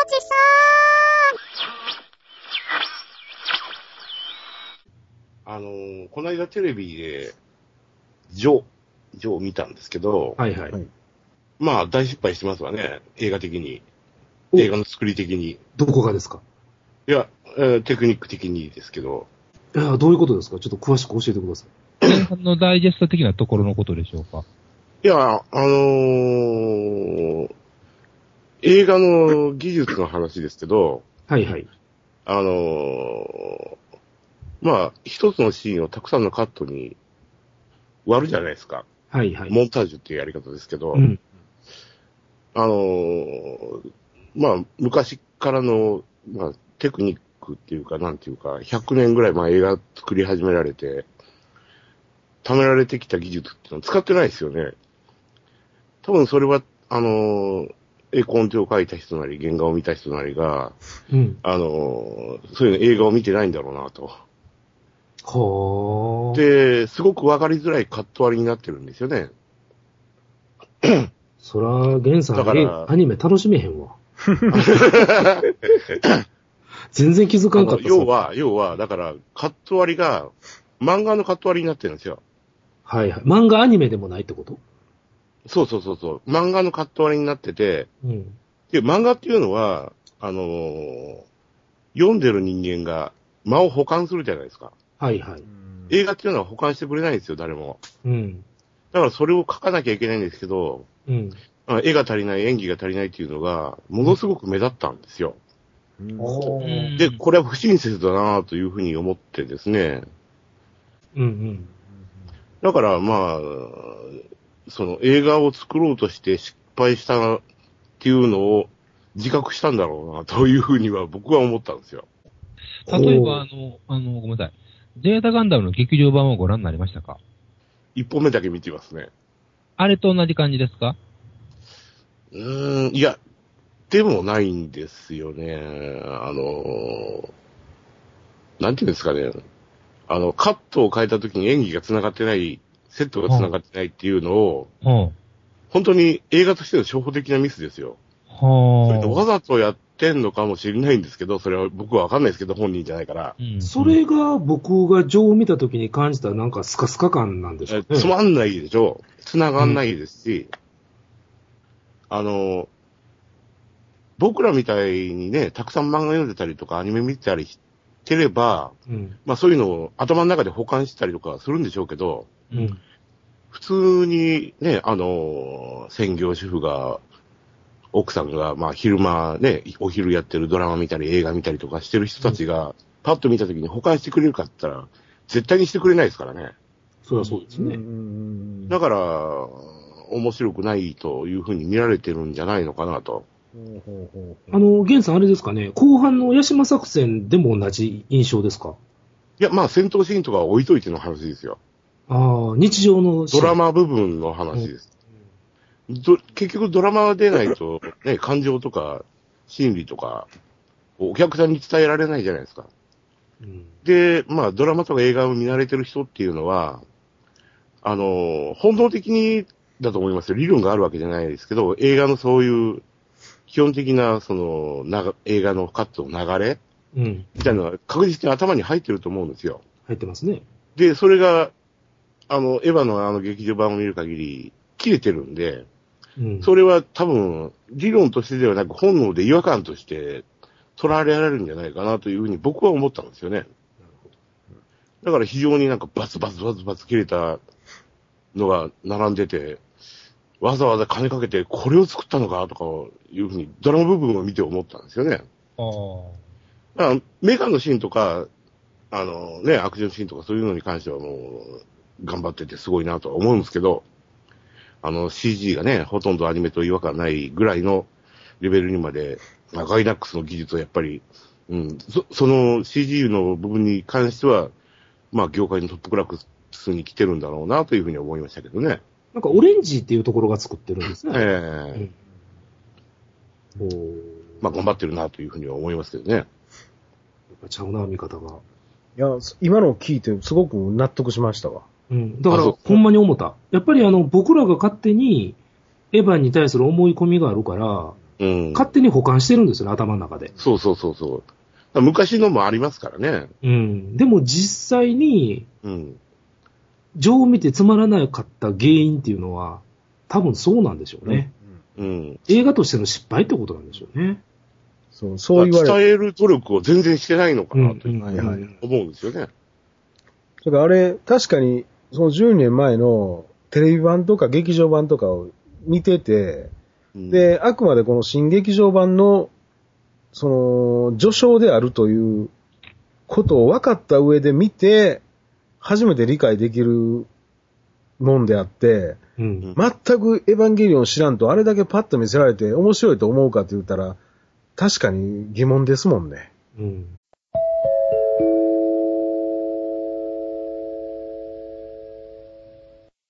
じさこの間テレビで、ジョーを見たんですけど、 はいはい。 まあ大失敗してますわね、映画的に。 お映画の作り的に。 どこがですか？ いや、テクニック的にですけど。 どういうことですか？ちょっと詳しく教えてください。 前半のダイジェスト的なところのことでしょうか。 いや、映画の技術の話ですけど、 はいはい。 まあ、一つのシーンをたくさんのカットに割るじゃないですか。 はいはい。 モンタージュっていうやり方ですけど、 うん。 まあ、昔からの、まあ、テクニックっていうか、なんていうか、100年ぐらい前映画作り始められて、貯められてきた技術っていうのを使ってないですよね。多分それは、絵コンテを描いた人なり、原画を見た人なりが、 うん。 そういうの映画を見てないんだろうなと。 はあ。 で、すごくわかりづらいカット割りになってるんですよね。 そら、ゲンさん、 だからアニメ楽しめへんわ。全然気づかんかった。 要は、だから、カット割りが、漫画のカット割りになってるんですよ。 はいはい。漫画アニメでもないってこと？ そう。漫画のカット割りになってて、 うん。 で、漫画っていうのは、読んでる人間が間を保管するじゃないですか。 はいはい。 映画っていうのは保管してくれないんですよ、誰も。 うん。 だからそれを書かなきゃいけないんですけど、 うん。 絵が足りない、演技が足りないっていうのが、ものすごく目立ったんですよ。で、これは不親切だなというふうに思ってですね。 うんうん。 だからまあ、その映画を作ろうとして失敗したっていうのを自覚したんだろうなというふうには僕は思ったんですよ。 例えば、ごめんなさい。ゼータガンダムの劇場版をご覧になりましたか？ 一本目だけ見てますね。 あれと同じ感じですか？ いや、でもないんですよね。なんていうんですかね。カットを変えた時に演技が繋がってない、セットが繋がってないっていうのを、本当に映画としての初歩的なミスですよ。それとわざとやってんのかもしれないんですけど、それは僕はわかんないですけど、本人じゃないから。 それが僕がジョーを見た時に感じたなんかスカスカ感なんでしょうね。 つまんないでしょ。繋がんないですし、僕らみたいにね、たくさん漫画読んでたりとかアニメ見てたりしてれば、まあそういうのを頭の中で保管してたりとかするんでしょうけど、普通にね、専業主婦が、奥さんが、まあ昼間ね、お昼やってるドラマ見たり映画見たりとかしてる人たちが、パッと見た時に保管してくれるかって言ったら、絶対にしてくれないですからね。 そりゃそうですね。 だから、面白くないというふうに見られてるんじゃないのかなと。 ゲンさんあれですかね、後半のヤシマ作戦でも同じ印象ですか？ いや、まあ戦闘シーンとかは置いといての話ですよ。 日常のドラマ部分の話です。結局ドラマが出ないと、ね、感情とか心理とか、お客さんに伝えられないじゃないですか。で、まあドラマとか映画を見慣れてる人っていうのは、本能的にだと思いますよ。理論があるわけじゃないですけど、映画のそういう基本的な、映画のカットの流れみたいなのが確実に頭に入ってると思うんですよ。 入ってますね。 で、それが、エヴァの劇場版を見る限り、切れてるんで、それは多分、理論としてではなく本能で違和感として捉えられるんじゃないかなというふうに僕は思ったんですよね。だから非常になんかバツバツ切れたのが並んでて、わざわざ金かけてこれを作ったのかとかいうふうにドラマ部分を見て思ったんですよね。だからメカのシーンとか、アクションシーンとかそういうのに関してはもう頑張っててすごいなとは思うんですけど、CG がね、ほとんどアニメと違和感ないぐらいのレベルにまで、ガイナックスの技術はやっぱり、その CG の部分に関しては、まあ業界のトップクラスに来てるんだろうなというふうに思いましたけどね。 なんかオレンジっていうところが作ってるんですね。 まあ頑張ってるなというふうには思いますけどね。やっぱちゃうな、見方が。 いや、今のを聞いてすごく納得しましたわ。 だから、ほんまに思った。やっぱり僕らが勝手に、エヴァに対する思い込みがあるから、 勝手に保管してるんですよね、頭の中で。 そうそうそうそう。昔のもありますからね。 でも実際に、情を見てつまらなかった原因っていうのは、多分そうなんでしょうね。映画としての失敗ってことなんでしょうね。 そう言われ伝える努力を全然してないのかなと思うんですよね。 だからあれ、確かに、その10年前のテレビ版とか劇場版とかを見てて、で、あくまでこの新劇場版の、その、序章であるということを分かった上で見て、初めて理解できるもんであって、全くエヴァンゲリオン知らんとあれだけパッと見せられて面白いと思うかって言ったら、確かに疑問ですもんね。